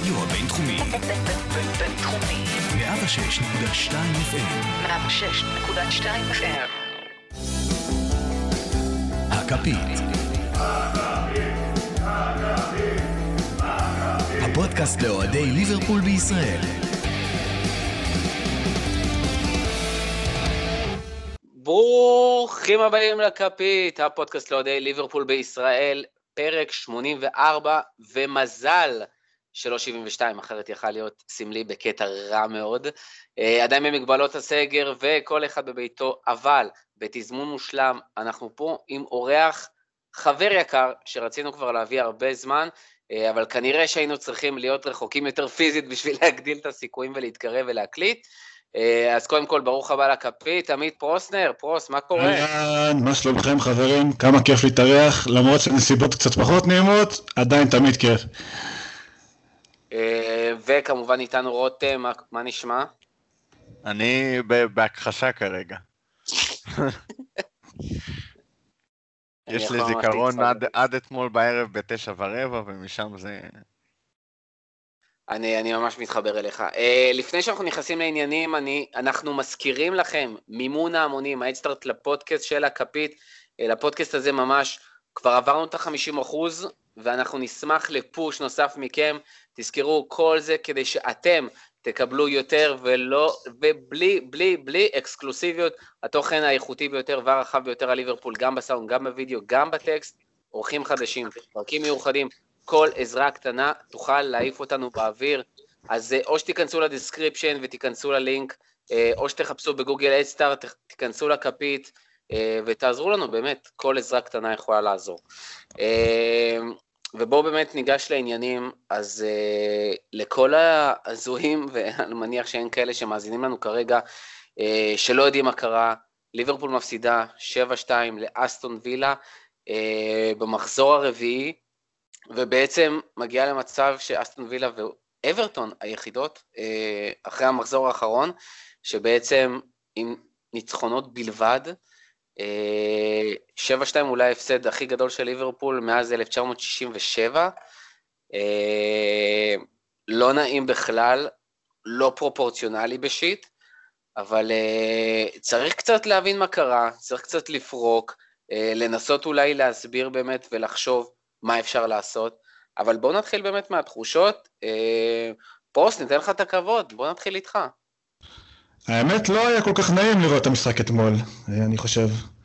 הרדיו הבינתחומי. בינתחומי. 106.2 FM. 106.2 FM. הכפית. הפודקאסט לאוהדי ליברפול בישראל. ברוכים הבאים לכפית, הפודקאסט לאוהדי ליברפול בישראל, פרק 84, ומזל שלא 72, אחרת יכל להיות סמלי בקטע רע מאוד. עדיין במגבלות הסגר וכל אחד בביתו, אבל בתזמון מושלם אנחנו פה עם אורח חבר יקר שרצינו כבר להביא הרבה זמן, אבל כנראה שהיינו צריכים להיות רחוקים יותר פיזית בשביל להגדיל את הסיכויים ולהתקרב ולהקליט. אז קודם כל ברוך הבא לכפית, עמית פרוסנר, פרוס, מה קורה? מה שלומכם חברים? כמה כיף להתארח, למרות שנסיבות קצת פחות נעימות, עדיין תמיד כיף. וכמובן איתנו רותם, מה נשמע? אני בהכחשה כרגע. יש לי זיכרון עד אתמול בערב ב9:15, ומשם זה... אני ממש מתחבר אליך. לפני שאנחנו נכנסים לעניינים, אנחנו מזכירים לכם, מימון ההמונים, ההדסטארט לפודקאסט של הכפית, לפודקאסט הזה ממש, כבר עברנו את ה-50%, ואנחנו נשמח לפוש נוסף מכם, תזכרו כל זה כדי שאתם תקבלו יותר, ובלי אקסקלוסיביות, התוכן האיכותי ביותר והרחב ביותר על ליברפול, גם בסאונד, גם בווידאו, גם בטקסט, אורחים חדשים, פרקים מיוחדים, כל עזרה קטנה תוכל להעיף אותנו באוויר, אז או שתיכנסו לדיסקריפשן ותיכנסו ללינק, או שתחפשו בגוגל הדסטארט, תיכנסו לכפית, ותעזרו לנו באמת, כל עזרה קטנה יכולה לעזור. ובואו באמת ניגש לעניינים, אז לכל הזוהים, ואני מניח שאין כאלה שמאזינים לנו כרגע, שלא יודעים מה קרה, ליברפול מפסידה 7-2 לאסטון וילה, במחזור הרביעי, ובעצם מגיעה למצב שאסטון וילה ואברטון היחידות, אחרי המחזור האחרון, שבעצם עם ניצחונות בלבד, 7-2 אולי ההפסד הכי גדול של ליברפול מאז 1967, לא נעים בכלל, לא פרופורציונלי בשיט, אבל צריך קצת להבין מה קרה, צריך קצת לפרוק, לנסות אולי להסביר באמת ולחשוב מה אפשר לעשות, אבל בואו נתחיל באמת מהתחושות. פרוס, ניתן לך את הכבוד, בואו נתחיל איתך. האמת לא היה כל כך נעים לראות את המשחק אתמול, אני חושב.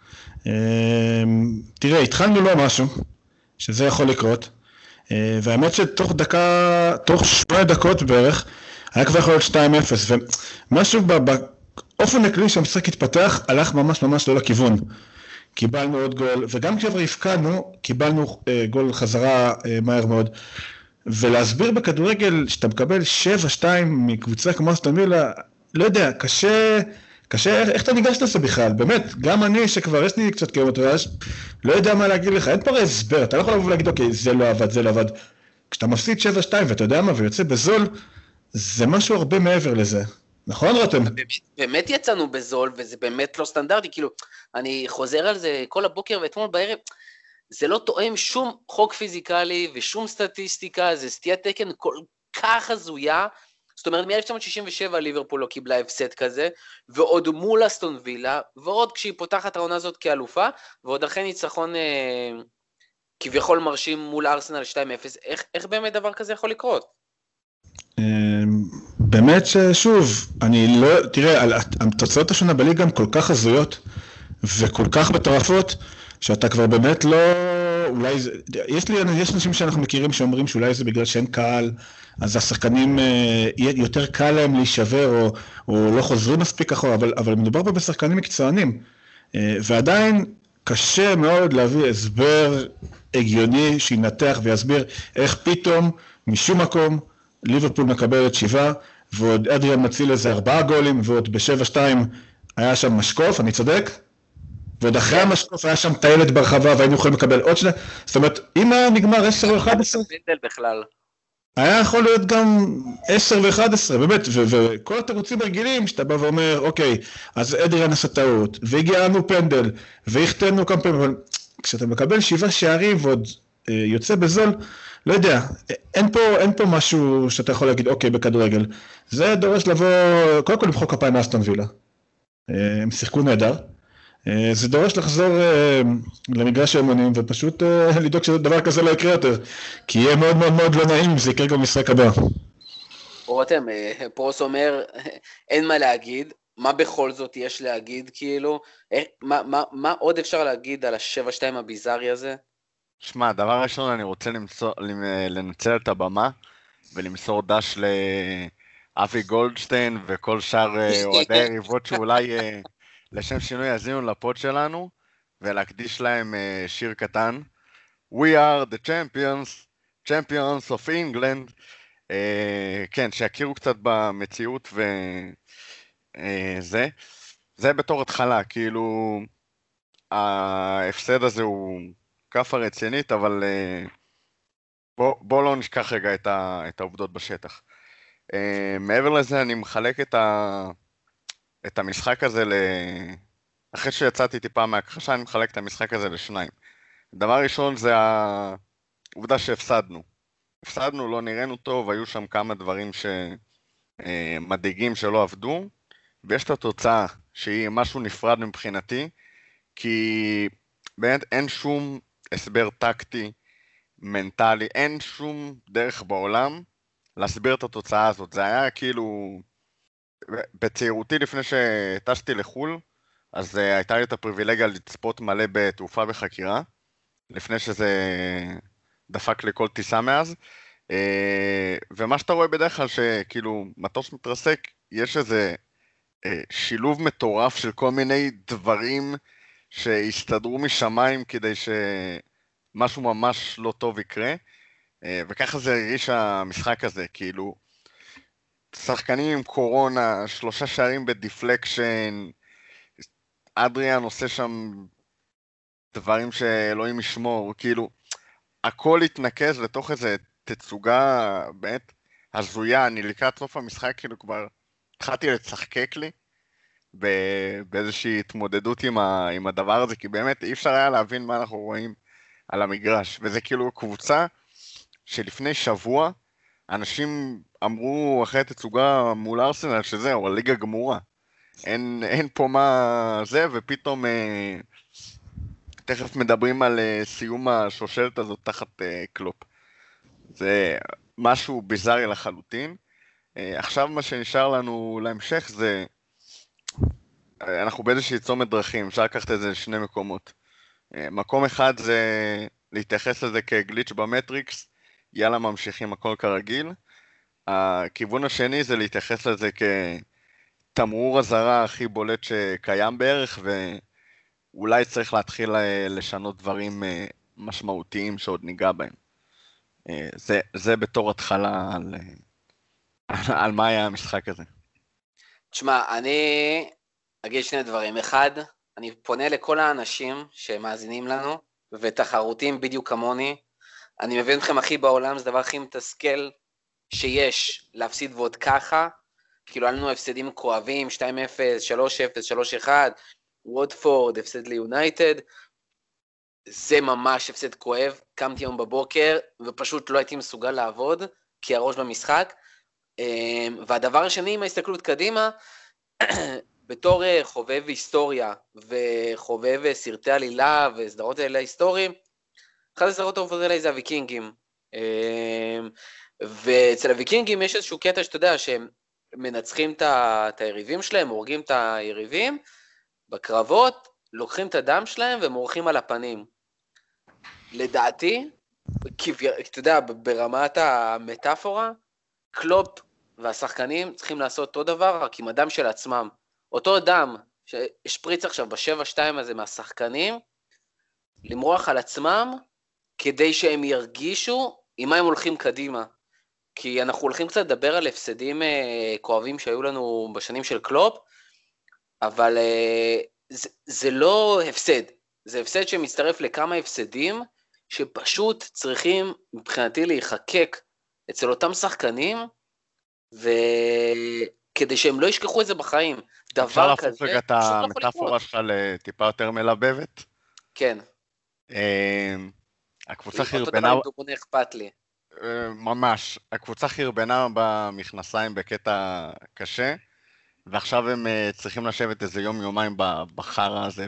תראה, התחלנו לו משהו, שזה יכול לקרות, והאמת שתוך 8 דקות בערך, היה כבר יכול להיות 2-0, ומשהו באופן הכללי שהמשחק התפתח, הלך ממש ממש לא לכיוון. קיבלנו עוד גול, וגם כשכבר הפקדנו, קיבלנו גול חזרה מהר מאוד, ולהסביר בכדורגל שאתה מקבל 7-2 מקבוצה כמו אסטון וילה, לא יודע, קשה, איך אתה ניגש לזה בכלל? באמת, גם אני שכבר יש לי קצת קילומטראז' לא יודע מה להגיד לך, אין פה הסבר, אתה לא יכול לבוא ולהגיד, אוקיי, זה לא עבד, זה לא עבד. כשאתה מפסיד 7-2 ואתה יודע מה, ויוצא בזול, זה משהו הרבה מעבר לזה. נכון רותם? באמת יצאנו בזול, וזה באמת לא סטנדרטי, כאילו, אני חוזר על זה כל הבוקר ואתמול בערב, זה לא תואם שום חוק פיזיקלי ושום סטטיסטיקה, זה סטיית תקן כל כך הזויה, זאת אומרת, מ-1967 ליברפול לא קיבלה הפסד כזה, ועוד מול אסטון וילה, ועוד כשהיא פותחת העונה הזאת כאלופה, ועוד אחרי ניצחון כביכול מרשים מול ארסנל 2-0, איך באמת דבר כזה יכול לקרות? באמת ששוב, אני לא, תראה, התוצאות השונה בליגה הן כל כך הזויות, וכל כך מטורפות, שאתה כבר באמת לא, אולי, יש אנשים שאנחנו מכירים שאומרים שאולי זה בגלל שאין קהל, אז השחקנים יותר קל להם להישבר, או לא חוזרים מספיק אחורה, אבל מדובר פה בשחקנים מקצוענים, ועדיין קשה מאוד להביא הסבר הגיוני שינתח ויסביר איך פתאום, משום מקום, ליברפול מקבלת 7, ועוד אדריאן מציל איזה 4 גולים, ועוד ב7-2 היה שם משקוף, אני צודק? ועוד אחרי המשקוף היה שם טיילת ברחבה, והיינו יכולים לקבל עוד 2, זאת אומרת, אם היה נגמר 10 או 11, היה יכול להיות גם 10 ו-11, באמת, וכל התירוצים הרגילים, שאתה בא ואומר, אוקיי, אז אדריאן עשה טעות, והגיענו פנדל, והחטאנו כמה פעמים, אבל כשאתה מקבל 7 שערים, ועוד יוצא בזול, לא יודע, אין פה משהו שאתה יכול להגיד, אוקיי, בכדורגל. זה דורש לבוא, קודם כל לבחור כפיים מאסטון וילה. הם שיחקו נהדר. זה דורש לחזור למגרש האימונים, ופשוט לדאוג שדבר כזה לא יקרה יותר. כי יהיה מאוד מאוד מאוד לא נעים אם זה יקרה גם במשחק הבא. רותם, פרוס אומר, אין מה להגיד. מה בכל זאת יש להגיד, כאילו? מה עוד אפשר להגיד על ה-7-2 הביזארי הזה? שמע, דבר ראשון אני רוצה לנצל את הבמה ולמסור דש לאבי גולדשטיין וכל שאר אוהדי היריבות שאולי לשם שינוי יזינו לפוד שלנו ולהקדיש להם שיר קטן. We are the champions of England. כן, שיכירו קצת במציאות זה בתור התחלה, כאילו ההפסד הזה הוא קפה רצינית, אבל בוא לא נשכח רגע את העובדות בשטח. מעבר לזה אני מחלק את המשחק הזה, אחרי שיצאתי טיפה מהכחשה, אני מחלק את המשחק הזה לשניים. דבר ראשון זה העובדה שהפסדנו. הפסדנו, לא נראינו טוב, היו שם כמה דברים מדאיגים שלא עבדו, ויש את התוצאה שהיא משהו נפרד מבחינתי, כי באמת אין שום הסבר טקטי, מנטלי, אין שום דרך בעולם להסביר את התוצאה הזאת. זה היה כאילו, בצעירותי לפני שטסתי לחול, אז הייתה לי את הפריבילגיה לצפות מלא בתעופה וחקירה, לפני שזה דפק לי כל טיסה מאז, ומה שאתה רואה בדרך כלל שכאילו מטוס מתרסק, יש איזה שילוב מטורף של כל מיני דברים שהסתדרו משמיים כדי שמשהו ממש לא טוב יקרה, וככה זה הרגיש המשחק הזה, כאילו שחקנים עם קורונה, 3 שערים בדיפלקשן, אדריאן עושה שם דברים שאלוהים ישמור, כאילו הכל התנקז לתוך איזה תצוגה באמת הזויה. אני לקראת סוף המשחק כאילו כבר התחלתי לצחקק לי באיזושהי התמודדות עם הדבר הזה, כי באמת אי אפשר היה להבין מה אנחנו רואים על המגרש, וזה כאילו קבוצה שלפני שבוע אנשים אמרו אחרי תצוגה מול ארסנל שזהו, הליגה גמורה, אין פה מה זה, ופתאום תכף מדברים על סיום השושלת הזאת תחת קלופ. זה משהו ביזארי לחלוטין. עכשיו מה שנשאר לנו להמשך זה, אנחנו באיזושהי צומת דרכים, אפשר לקחת את זה לשני מקומות. מקום אחד זה להתייחס לזה כגליץ' במטריקס, יאללה ממשיכים הכל כרגיל. הכיוון השני זה להתייחס לזה כתמרור הזרה הכי בולט שקיים בערך, ואולי צריך להתחיל לשנות דברים משמעותיים שעוד ניגע בהם. זה בתור התחלה על מה היה המשחק הזה. תשמע, אני אגיד שני דברים. אחד, אני פונה לכל האנשים שמאזינים לנו ותחרותים בדיוק כמוני. אני מבין אתכם הכי בעולם, זה דבר הכי מתסכל שיש להפסיד ועוד ככה. כאילו היה לנו הפסדים כואבים, 2-0, 3-0, 3-1, וודפורד, הפסד ליונייטד. זה ממש הפסד כואב. קמתי היום בבוקר ופשוט לא הייתי מסוגל לעבוד, כי הראש במשחק. והדבר השני, עם ההסתכלות קדימה, בתור חובב היסטוריה וחובב סרטי עלילה וסדרות עלילה היסטוריים, אחד הסדרות טובות עליי זה הוויקינגים. ואצל הוויקינגים יש איזשהו קטע שאתה יודע שהם מנצחים את היריבים שלהם, הורגים את היריבים, בקרבות לוקחים את הדם שלהם ומורחים על הפנים. לדעתי, אתה יודע, ברמת המטאפורה, קלופ והשחקנים צריכים לעשות אותו דבר, רק עם הדם של עצמם. אותו דם שהשפריץ עכשיו ב7-2 הזה מהשחקנים, למרוח על עצמם, כדי שהם ירגישו עם מה הם הולכים קדימה. כי אנחנו הולכים קצת לדבר על הפסדים כואבים שהיו לנו בשנים של קלופ, אבל זה לא הפסד. זה הפסד שמצטרף לכמה הפסדים, שפשוט צריכים מבחינתי להיחקק אצל אותם שחקנים, וכדי שהם לא ישכחו את זה בחיים. אפשר להפוך רגע את המטאפורה שלך לטיפה יותר מלבבת? כן. הקבוצה חרבנה... אותו דבר עם דורון אכפת לי. ממש. הקבוצה חרבנה במכנסיים בקטע קשה, ועכשיו הם צריכים לשבת איזה יום-יומיים בחרה הזה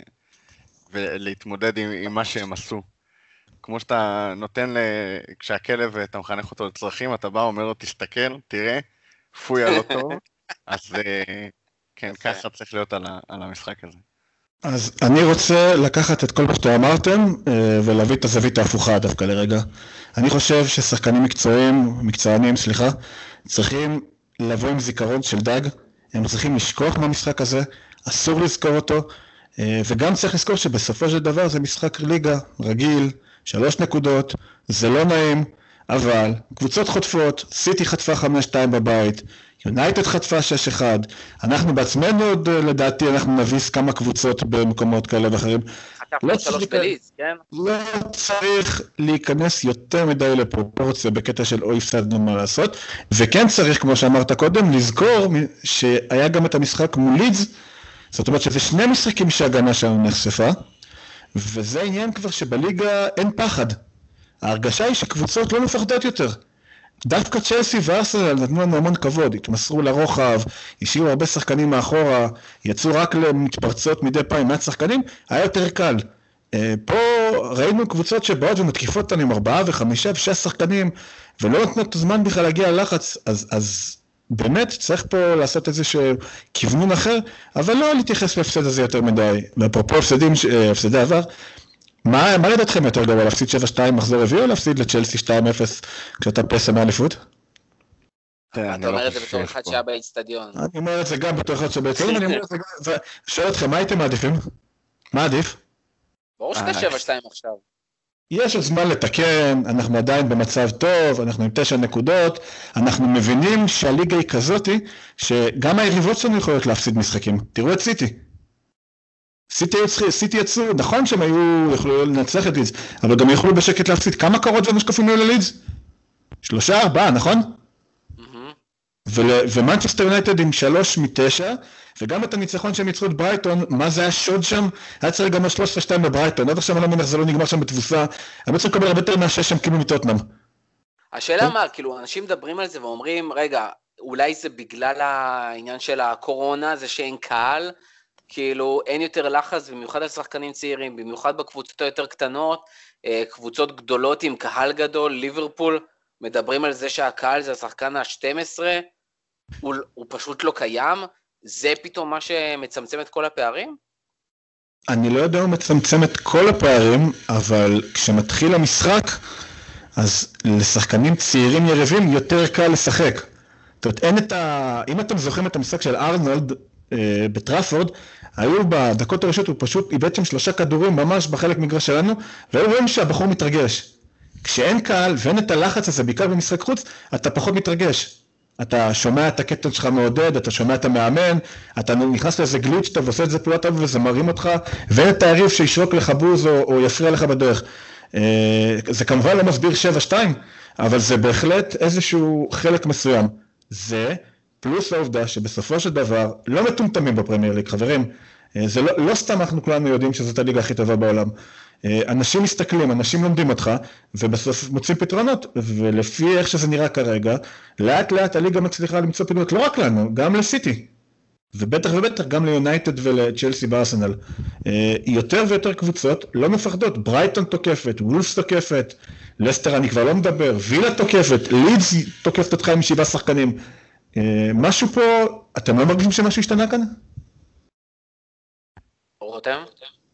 ולהתמודד עם מה שהם עשו. כמו שאתה נותן, כשהכלב, אתה מחנך אותו לצרכים, אתה בא, אומר לו, תסתכל, תראה, פוי על אותו, אז כן, ככה צריך להיות על המשחק הזה. אז אני רוצה לקחת את כל מה שאתם אמרתם, ולהביא את הזווית ההפוכה דווקא לרגע. אני חושב ששחקנים מקצוענים, צריכים לבוא עם זיכרון של דג, הם צריכים לשכוח מהמשחק הזה, אסור לזכור אותו, וגם צריך לזכור שבסופו של דבר זה משחק ליגה רגיל, 3 נקודות, זה לא נעים, אבל קבוצות חוטפות, סיטי חטפה 5-2 בבית, יונייטד חטפה 6-1, אנחנו בעצמנו עוד לדעתי אנחנו נביס כמה קבוצות במקומות כאלה ואחרים. חטפנו 3 בליז, כן? לא צריך להיכנס יותר מדי לפרופורציה בקטע של אוי הפסדנו מה לעשות, וכן צריך, כמו שאמרת קודם, לזכור שהיה גם את המשחק מול לידס, זאת אומרת שזה 2 משחקים שההגנה שלנו נחשפה, וזה עניין כבר שבליגה אין פחד. ההרגשה היא שקבוצות לא מפחדות יותר. דווקא צ'לסי וארסנל נתנו לנו המון כבוד, התמסרו לרוחב, השאירו הרבה שחקנים מאחורה, יצאו רק למתפרצות מדי פעם מעט שחקנים, היה יותר קל. פה ראינו קבוצות שבאות ומתקיפות אותנו עם 4 ו5 ו6 שחקנים, ולא נתנו את הזמן בכלל להגיע ללחץ, אז באמת צריך פה לעשות איזשהו כיוונון אחר, אבל לא להתייחס להפסד הזה יותר מדי. ואפרופו הפסדי עבר, מה לדעתכם יותר גדול, להפסיד 7-2 מחזור רביעי או להפסיד לצ'לסי 2-0 כשאתה פסע מהאליפות? אתה אומר את זה בתור אחד שהיה באצטדיון. אני אומר את זה גם בתור אחד שבאצטדיון, אני אומר את זה גם, ושואל אתכם, מה הייתם מעדיפים? מה עדיף? ברור שאתה 7-2 עכשיו. יש עוד זמן לתקן, אנחנו עדיין במצב טוב, אנחנו עם 9 נקודות, אנחנו מבינים שהליגה היא כזאת, שגם היריבות שלנו יכולות להפסיד משחקים. תראו את סיטי. סיטי יצאו, נכון שהם יכלו לנצח את לידס, אבל גם יכלו בשקט להפסיד. כמה קרות ומשקפים היו ללידס? 3-4, נכון? ומנצ'סטר יונייטד עם 3-9, וגם את הניצחון שהם יצרו את ברייטון, מה זה היה שוד שם? היה צריך גם 13-2 בברייטון, עד עכשיו אני לא מניח, זה לא נגמר שם בתבוסה, הם צריכים לקבל הרבה יותר מה-6 שם כאילו מטוטנאם. השאלה מה, כאילו, אנשים מדברים על זה ואומרים, רגע, אולי זה בגלל העניין של הקורונה, זה שאין קהל, כאילו אין יותר לחץ, במיוחד על שחקנים צעירים, במיוחד בקבוצות היותר קטנות, קבוצות גדולות עם קהל גדול, ליברפול, מדברים על זה שהקהל זה השחקן ה-12, הוא פשוט לא קיים, זה פתאום מה שמצמצם את כל הפערים? אני לא יודע אם הוא מצמצם את כל הפערים, אבל כשמתחיל המשחק, אז לשחקנים צעירים יריבים יותר קל לשחק. זאת אומרת, אם אתם זוכרים את המשחק של ארנולד בטראפורד, היו בדקות הראשונות, הוא פשוט איבד שם 3 כדורים ממש בחלק מגרש שלנו, והיו רואים שהבחור מתרגש. כשאין קהל ואין את הלחץ הזה, בעיקר במשחק חוץ, אתה פחות מתרגש. אתה שומע את הקטן שלך מעודד, אתה שומע את המאמן, אתה נכנס לאיזה גליץ' טוב, ועושה את זה פעולה טוב וזה מרים אותך, ואין את העריף שישרוק לך בוז או יפריע לך בדרך. זה כמובן לא מסביר 7-2, אבל זה בהחלט איזשהו חלק מסוים. זה פלוס העובדה שבסופו של דבר לא מטומטמים בפרמייר ליג, חברים. זה לא סתם אנחנו כולנו יודעים שזאת הליגה הכי טובה בעולם. אנשים מסתכלים, אנשים לומדים אותך, ובסוף מוצאים פתרונות, ולפי איך שזה נראה כרגע, לאט לאט הליגה מצליחה למצוא פתרונות, לא רק לנו, גם לסיטי, ובטח ובטח גם ליונייטד ולצ'לסי בארסנל. יותר ויותר קבוצות לא מפחדות, ברייטון תוקפת, וולפס תוקפת, לסטר אני כבר לא מדבר, וילה תוקפת, לידס תוקפת אותך עם 7 שחקנים. משהו פה, אתם לא מרגישים שמשהו השתנה כאן? רותם?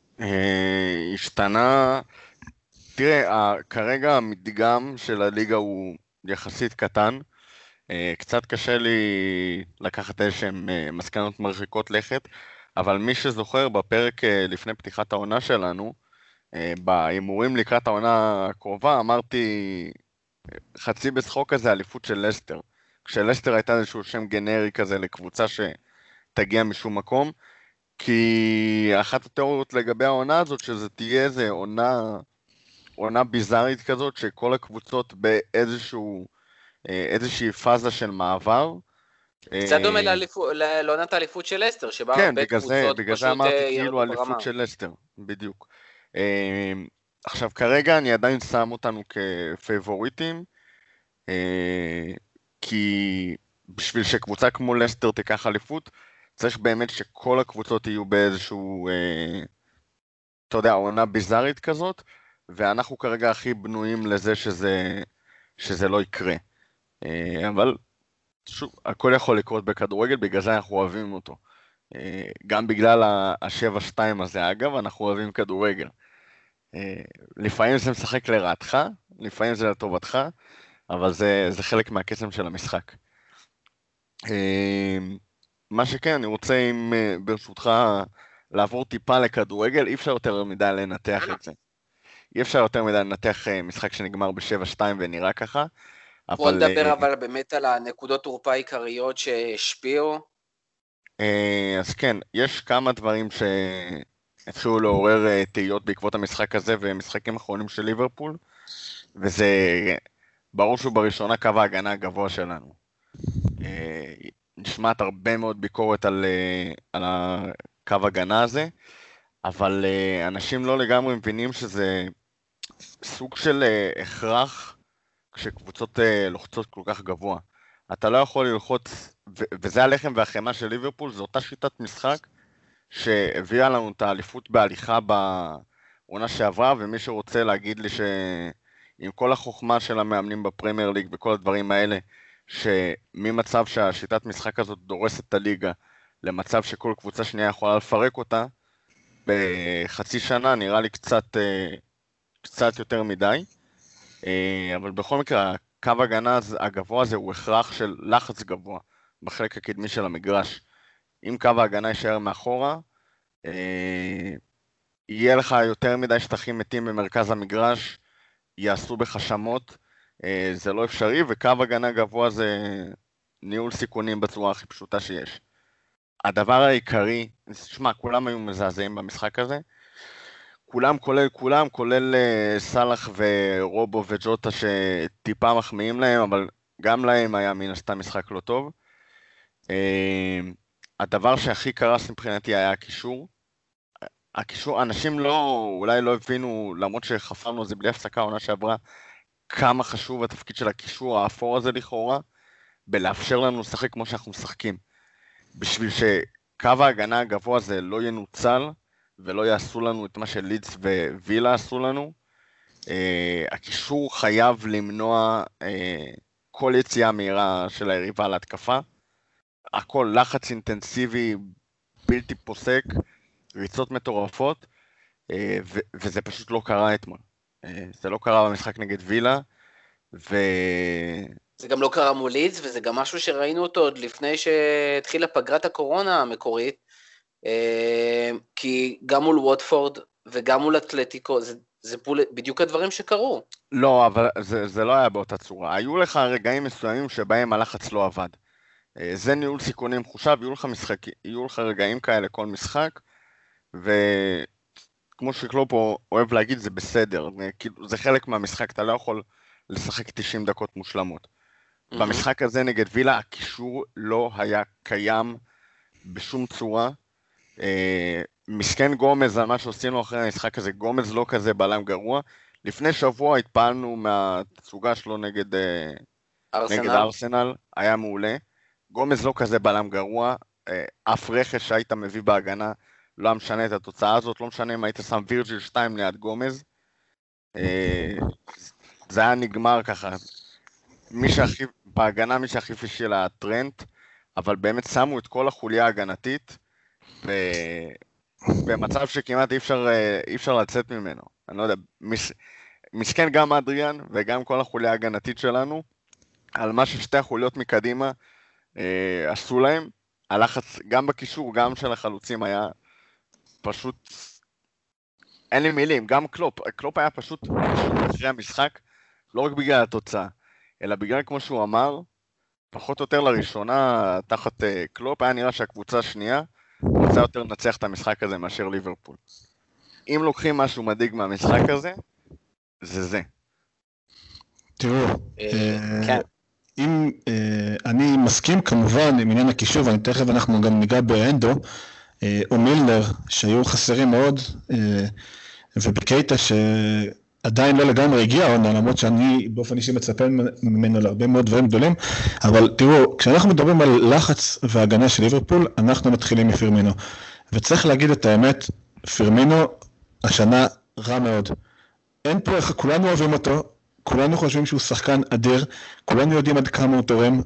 השתנה, תראה, כרגע המדגם של הליגה הוא יחסית קטן, קצת קשה לי לקחת איזשהם מסקנות מרחיקות לכת, אבל מי שזוכר בפרק לפני פתיחת העונה שלנו, בהימורים לקראת העונה הקרובה, אמרתי חצי בצחוק כזה אליפות של לסטר, כשלסטר הייתה איזשהו שם גנרי כזה לקבוצה שתגיע משום מקום, כי אחת התיאוריות לגבי העונה הזאת, שזה תהיה איזה עונה ביזארית כזאת, שכל הקבוצות באיזושהי פאזה של מעבר. קצת דומה לעונת האליפות של לסטר, שבה הרבה קבוצות פשוט... בגלל זה אמרתי כאילו אליפות של לסטר, בדיוק. עכשיו כרגע אני עדיין שם אותנו כפייבוריטים, כי בשביל שקבוצה כמו לסטר תיקח אליפות, צריך באמת שכל הקבוצות יהיו באיזשהו, אתה יודע, עונה ביזארית כזאת, ואנחנו כרגע הכי בנויים לזה שזה לא יקרה. אבל שוב, הכל יכול לקרות בכדורגל, בגלל זה אנחנו אוהבים אותו. גם בגלל ה-7-2 הזה, אגב, אנחנו אוהבים כדורגל. לפעמים זה משחק לרעתך, לפעמים זה לטובתך, אבל זה חלק מהקסם של המשחק. מה שכן, אני רוצה, ברשותך, לעבור טיפה לכדורגל, אי אפשר יותר מדי לנתח את זה. אי אפשר יותר מדי לנתח משחק שנגמר ב-7-2 ונראה ככה. בוא נדבר אבל באמת על הנקודות תורפה העיקריות שהשפיעו. אז כן, יש כמה דברים שהתחילו לעורר תהיות בעקבות המשחק הזה ומשחקים אחרונים של ליברפול, וזה בראש ובראשונה קו ההגנה הגבוה שלנו. נשמעת הרבה מאוד ביקורת על הקו הגנה הזה, אבל אנשים לא לגמרי מבינים שזה סוג של הכרח כשקבוצות לוחצות כל כך גבוה. אתה לא יכול ללחוץ, וזה הלחם והחמה של ליברפול, זו אותה שיטת משחק שהביאה לנו את האליפות בהליכה בעונה שעברה, ומי שרוצה להגיד לי שעם כל החוכמה של המאמנים בפרמייר ליג וכל הדברים האלה, שממצב שהשיטת משחק הזאת דורסת את הליגה, למצב שכל קבוצה שנייה יכולה לפרק אותה, בחצי שנה נראה לי קצת יותר מדי, אבל בכל מקרה, קו הגנה הגבוה הזה הוא הכרח של לחץ גבוה בחלק הקדמי של המגרש. אם קו ההגנה יישאר מאחורה, יהיה לך יותר מדי שטחים מתים במרכז המגרש, יעשו בך שמות, זה לא אפשרי, וקו הגנה גבוה זה ניהול סיכונים בצורה הכי פשוטה שיש. הדבר העיקרי, תשמע, כולם היו מזעזעים במשחק הזה, כולל סלח ורובו וג'וטה שטיפה מחמיאים להם, אבל גם להם היה מן הסתם משחק לא טוב. הדבר שהכי קרס מבחינתי היה הקישור, אנשים אולי לא הבינו, למרות שחפרנו זה בלי הפסקה עונה שעברה, כמה חשוב התפקיד של הקישור האפור הזה לכאורה, בלאפשר לנו לשחק כמו שאנחנו משחקים. בשביל שקו ההגנה הגבוה הזה לא ינוצל, ולא יעשו לנו את מה שלידס ווילה עשו לנו, הקישור חייב למנוע כל יציאה מהירה של היריבה להתקפה, הכל לחץ אינטנסיבי, בלתי פוסק, ריצות מטורפות, וזה פשוט לא קרה אתמול. זה לא קרה במשחק נגד וילה, זה גם לא קרה מול לידס, וזה גם משהו שראינו אותו עוד לפני שהתחילה פגרת הקורונה המקורית, כי גם מול ווטפורד וגם מול אתלטיקו, זה בדיוק הדברים שקרו. לא, אבל זה לא היה באותה צורה. היו לך רגעים מסוימים שבהם הלחץ לא עבד. זה ניהול סיכונים חושב, יהיו לך רגעים כאלה כל משחק, וכמו שקלופ אוהב להגיד, זה בסדר. זה חלק מהמשחק, אתה לא יכול לשחק 90 דקות מושלמות. במשחק הזה נגד וילה, הקישור לא היה קיים בשום צורה. מסכן גומז על מה שעשינו אחרי המשחק הזה, גומז לא כזה בלם גרוע. לפני שבוע התפעלנו מהתצוגה שלו נגד ארסנל, היה מעולה. גומז לא כזה בלם גרוע, אף רכש שהיית מביא בהגנה לא משנה את התוצאה הזאת, לא משנה אם היית שם וירג'יל 2 ליד גומז. זה היה נגמר ככה, בהגנה מי שהכי פישי הטרנט, אבל באמת שמו את כל החוליה ההגנתית, במצב שכמעט אי אפשר לצאת ממנו. אני לא יודע, משכן גם אדריאן וגם כל החוליה ההגנתית שלנו, על מה ששתי החוליות מקדימה עשו להם, הלחץ גם בקישור, גם של החלוצים היה פשוט, אין לי מילים, גם קלופ היה פשוט אחרי המשחק, לא רק בגלל התוצאה, אלא בגלל כמו שהוא אמר, פחות או יותר לראשונה תחת קלופ, היה נראה שהקבוצה השנייה רוצה יותר לנצח את המשחק הזה מאשר ליברפול. אם לוקחים משהו מדאיג מהמשחק הזה, זה. תראו, אם אני מסכים כמובן עם עניין הקישור, ואני תכף אנחנו גם ניגע באנדו, או מילנר, שהיו חסרים מאוד, ובקייטה עדיין לא לגמרי הגיע העונה, למרות שאני באופן אישי מצפה ממנו להרבה מאוד דברים גדולים, אבל תראו, כשאנחנו מדברים על לחץ והגנה של ליברפול, אנחנו מתחילים מפירמינו, וצריך להגיד את האמת, פירמינו השנה רע מאוד. אין פה איך, כולנו אוהבים אותו, כולנו חושבים שהוא שחקן אדיר, כולנו יודעים עד כמה הוא תורם,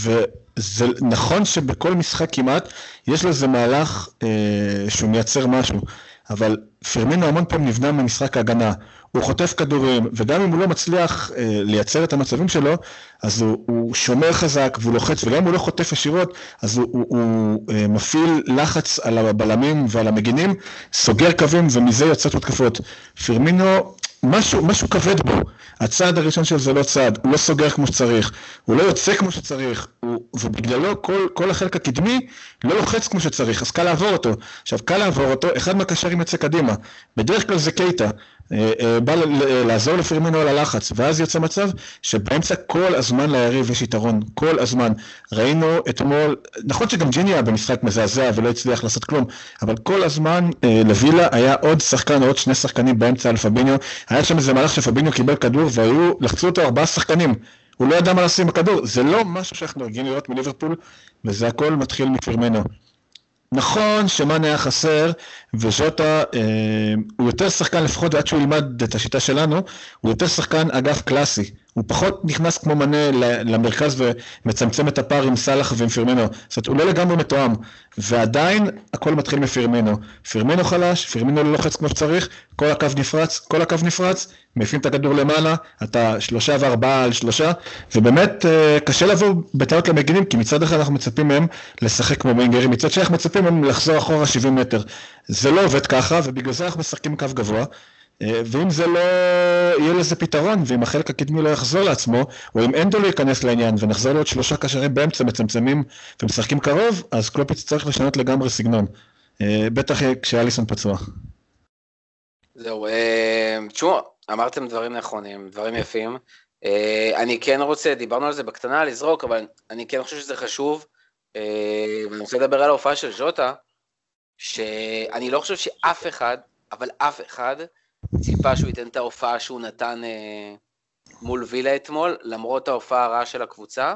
וזה נכון שבכל משחק כמעט, יש לו איזה מהלך שהוא מייצר משהו, אבל פירמינו המון פעם נבנה ממשחק ההגנה, הוא חוטף כדורים, וגם אם הוא לא מצליח לייצר את המצבים שלו, אז הוא שומר חזק והוא לוחץ, וגם אם הוא לא חוטף ישירות, אז הוא מפעיל לחץ על הבלמים ועל המגינים, סוגר קווים ומזה יוצאת התקפות. פירמינו, משהו כבד בו, הצעד הראשון שלו זה לא צעד, הוא לא סוגר כמו שצריך, הוא לא יוצא כמו שצריך, ובגללו כל החלק הקדמי לא לוחץ כמו שצריך, אז קל לעבור אותו. עכשיו קל לעבור אותו, אחד מהקשרים יוצא קדימה, בדרך כלל זה קייטה, בא לעזור לפירמינו על הלחץ, ואז יוצא מצב שבאמצע כל הזמן ליריב יש יתרון, כל הזמן. ראינו אתמול, נכון שגם ג'יני היה במשחק מזעזע ולא הצליח לעשות כלום, אבל כל הזמן לווילה היה עוד שחקן או עוד שני שחקנים באמצע על פביניו, היה שם איזה מהלך שפביניו קיבל כדור והיו לחצו אותו 4 שחקנים, הוא לא ידע מה לעשות עם הכדור, זה לא משהו שאנחנו רגילים לראות מליברפול, וזה הכל מתחיל מפירמינו. נכון שמאנה היה חסר, וז'וטה הוא יותר שחקן, לפחות עד שהוא ילמד את השיטה שלנו, הוא יותר שחקן אגף קלאסי, הוא פחות נכנס כמו מאנה למרכז ומצמצם את הפער עם סלח ועם פירמינו, זאת אומרת הוא לא לגמרי מתואם, ועדיין הכל מתחיל מפירמינו, פירמינו חלש, פירמינו לא לוחץ כמו שצריך, כל הקו נפרץ, מפין את הכדור למעלה, אתה 3 ו4 על 3, ובאמת קשה לבוא בטעות למגינים, כי מצד אחד אנחנו מצפים מהם לשחק כמו ווינגרים, מצד שאנחנו מצפים מהם לחזור אחורה 70 מטר, זה לא עובד ככה, ובגלל זה אנחנו משחקים קו גבוה, ואם זה לא יהיה לזה פתרון, ואם החלק הקדמי לא יחזור לעצמו, או אם אנדו לא ייכנס לעניין, ונחזור לעוד 3 קשרים באמצע מצמצמים ומשחקים קרוב, אז קלופיץ צריך לשנות לגמרי סגנון, בטח כשאליסון פצוע. זהו, תשמעו, אמרתם דברים נכונים, דברים יפים, אני כן רוצה, דיברנו על זה בקטנה לזרוק, אבל אני כן חושב שזה חשוב, ואני רוצה לדבר על ההופעה של ז'וטה, שאני לא חושב שאף אחד, אבל אף אחד, ציפה שהוא ייתן את ההופעה שהוא נתן מול וילה אתמול, למרות ההופעה הרעה של הקבוצה,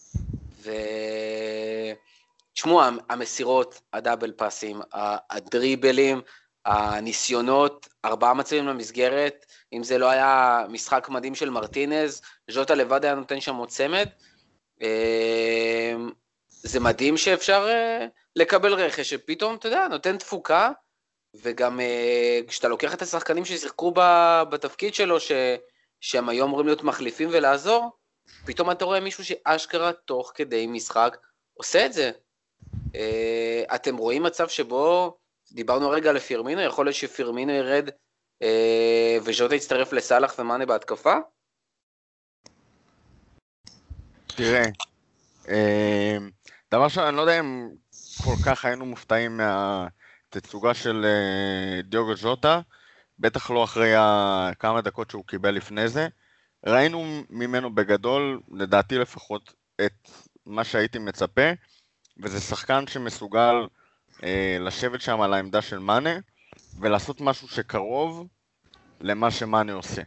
ותשמעו, המסירות, הדאבל פאסים, הדריבלים, הניסיונות, 4 מצבים למסגרת, אם זה לא היה משחק מדהים של מרטינז, ז'וטה לבד היה נותן שם עוד צמד, זה מדהים שאפשר לקבל רכש, שפתאום, אתה יודע, נותן תפוקה, וגם כשאתה לוקח את השחקנים ששיחקו בתפקיד שלו, שהם היום אמורים להיות מחליפים ולעזור, פתאום אתה רואה מישהו שאשכרה תוך כדי משחק עושה את זה. אתם רואים מצב שבו, דיברנו רגע לפירמינו, יכול להיות שפירמינו ירד וז'וטה יצטרף לסלח ומאנה בהתקפה? תראה, דבר שאני לא יודע אם כל כך היינו מופתעים מהתצוגה של דיוגו ז'וטה, בטח לא אחרי כמה דקות שהוא קיבל לפני זה. ראינו ממנו בגדול, לדעתי לפחות, את מה שהייתי מצפה, וזה שחקן שמסוגל לשבת שם על העמדה של מאנה, ולעשות משהו שקרוב למה שמאנה עושה.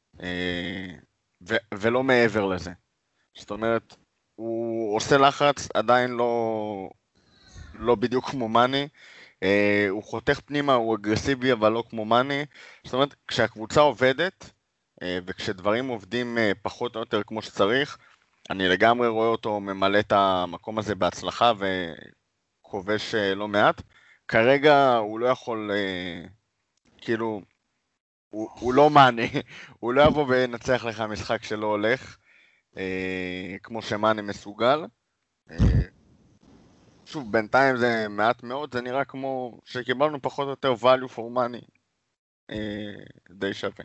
ולא מעבר לזה. זאת אומרת, הוא עושה לחץ, עדיין לא בדיוק כמו מאנה, הוא חותך פנימה, הוא אגרסיבי, אבל לא כמו מאנה. זאת אומרת, כשהקבוצה עובדת, וכשדברים עובדים פחות או יותר כמו שצריך, אני לגמרי רואה אותו ממלא את המקום הזה בהצלחה, וכובש לא מעט. כרגע הוא לא יכול, כאילו, הוא לא מאנה, הוא לא יבוא ונצח לך משחק שלא הולך, כמו שמאנה מסוגל. שוב, בינתיים זה מעט מאוד, זה נראה כמו שקיבלנו פחות או יותר value for money, די שווה.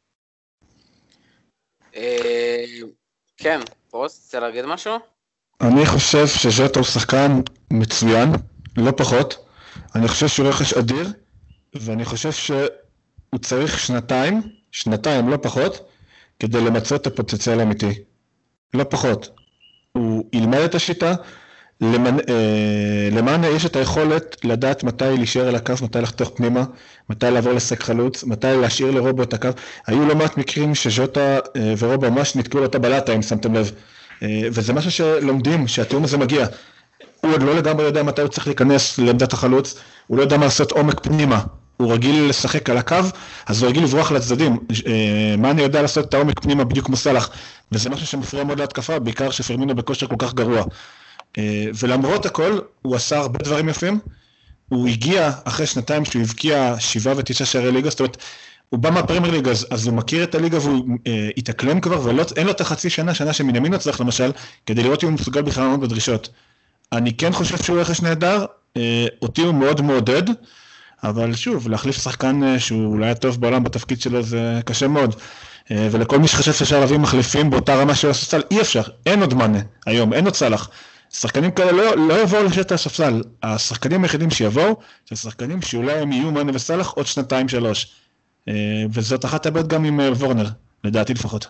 כן, פרוס, רוצה להגיד משהו? אני חושב שז'וטה הוא שחקן מצוין, לא פחות. אני חושב שהוא רכש אדיר, ואני חושב שהוא צריך שנתיים, לא פחות, כדי למצות את הפוטנציאל האמיתי. לא פחות. הוא ילמד את השיטה, למאנה יש את היכולת לדעת מתי להישאר על הקו, מתי לחתוך פנימה, מתי לעבור לשק חלוץ, מתי להשאיר לרובו את הקו. היו לא מעט מקרים שז'וטה ורובו ממש נתקעו לאותה בלטה, אם שמתם לב. וזה משהו שלומדים, שהתיאום הזה מגיע. הוא עוד לא לגמרי יודע מתי הוא צריך להיכנס לעמדת החלוץ, הוא לא יודע מה לעשות עומק פנימה. הוא רגיל לשחק על הקו, אז הוא רגיל לברוח לצדדים. מאנה יודע לעשות את העומק פנימה בדיוק כמו סלאח, וזה משהו שמפריע מאוד להתקפה, בעיקר שפרמינו בכושר כל כך גרוע. ולמרות הכל, הוא עשה הרבה דברים יפים, הוא הגיע אחרי שנתיים שהוא הבקיע 7 ו9 שערי ליגה, זאת אומרת, הוא בא מהפרמייר ליגה, אז הוא מכיר את הליגה והוא התאקלם כבר, ואין לו את החצי שנה שמינמינו צריך למשל, כדי לראות אם הוא מסוגל בכלל לעמוד בדרישות. אני כן חושב שהוא רכש נהדר, אותי הוא מאוד מעודד, אבל שוב, להחליף שחקן שהוא אולי הטוב בעולם בתפקיד שלו זה קשה מאוד, ולכל מי שחשב שאפשר להביא מחליפים באותה רמה של הספסל, אי אפשר, אין עוד מאנה היום, אין עוד סלאח. שחקנים כאלה לא יבואו לשאת הספסל, השחקנים היחידים שיבואו, זה שחקנים שאולי הם יהיו מאנה וסלאח עוד 2-3, וזאת אחת הבעיות גם עם וורנר, לדעתי לפחות.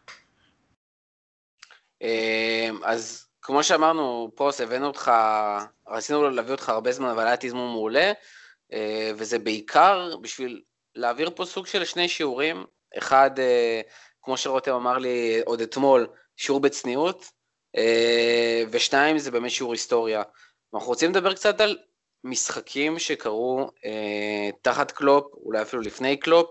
אז כמו שאמרנו, פוס, הבאנו אותך, רצינו להביא אותך הרבה זמן, אבל היה תזמון מעולה, וזה בעיקר בשביל להעביר פה סוג של שני שיעורים, אחד, כמו שרותם אמר לי עוד אתמול, שיעור בצניעות, ושניים זה באמת שיעור היסטוריה. אנחנו רוצים לדבר קצת על משחקים שקרו תחת קלופ, אולי אפילו לפני קלופ,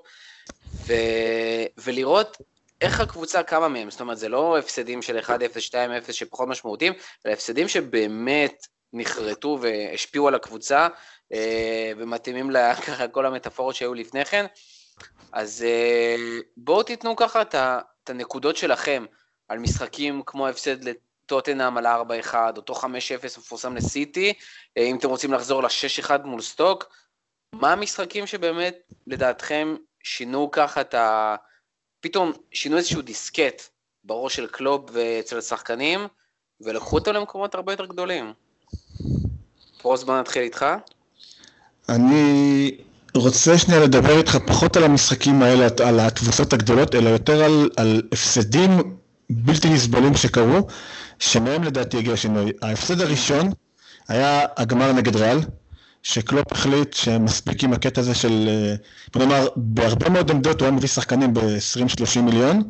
ולראות איך הקבוצה קמה מהם, זאת אומרת זה לא הפסדים של 1-0, 2-0 שפחות משמעותיים, אלא הפסדים שבאמת נחרטו והשפיעו על הקבוצה, ומתאימים ככה כל המטאפורות שהיו לפני כן. אז בואו תיתנו ככה את הנקודות שלכם על משחקים כמו הפסד לטוטנהאם על 4-1, אותו 5-0 מפורסם לסיטי, אם אתם רוצים לחזור ל-6-1 מול סטוק, מה המשחקים שבאמת לדעתכם שינו ככה פתאום שינו איזשהו דיסקט בראש של קלופ ואצל השחקנים, ולקחו אותם למקומות הרבה יותר גדולים. פרוס, בוא נתחיל איתך. אני רוצה שנייה לדבר איתך פחות על המשחקים האלה, על התבוסות הגדולות, אלא יותר על הפסדים בלתי נסבלים שקרו, שמהם לדעתי הגיע שינוי. ההפסד הראשון היה הגמר נגד ריאל, שקלופ החליט שמספיק עם הקטע הזה של, בוא נאמר, בהרבה מאוד עמדות הוא היה מביא שחקנים ב-20-30 מיליון,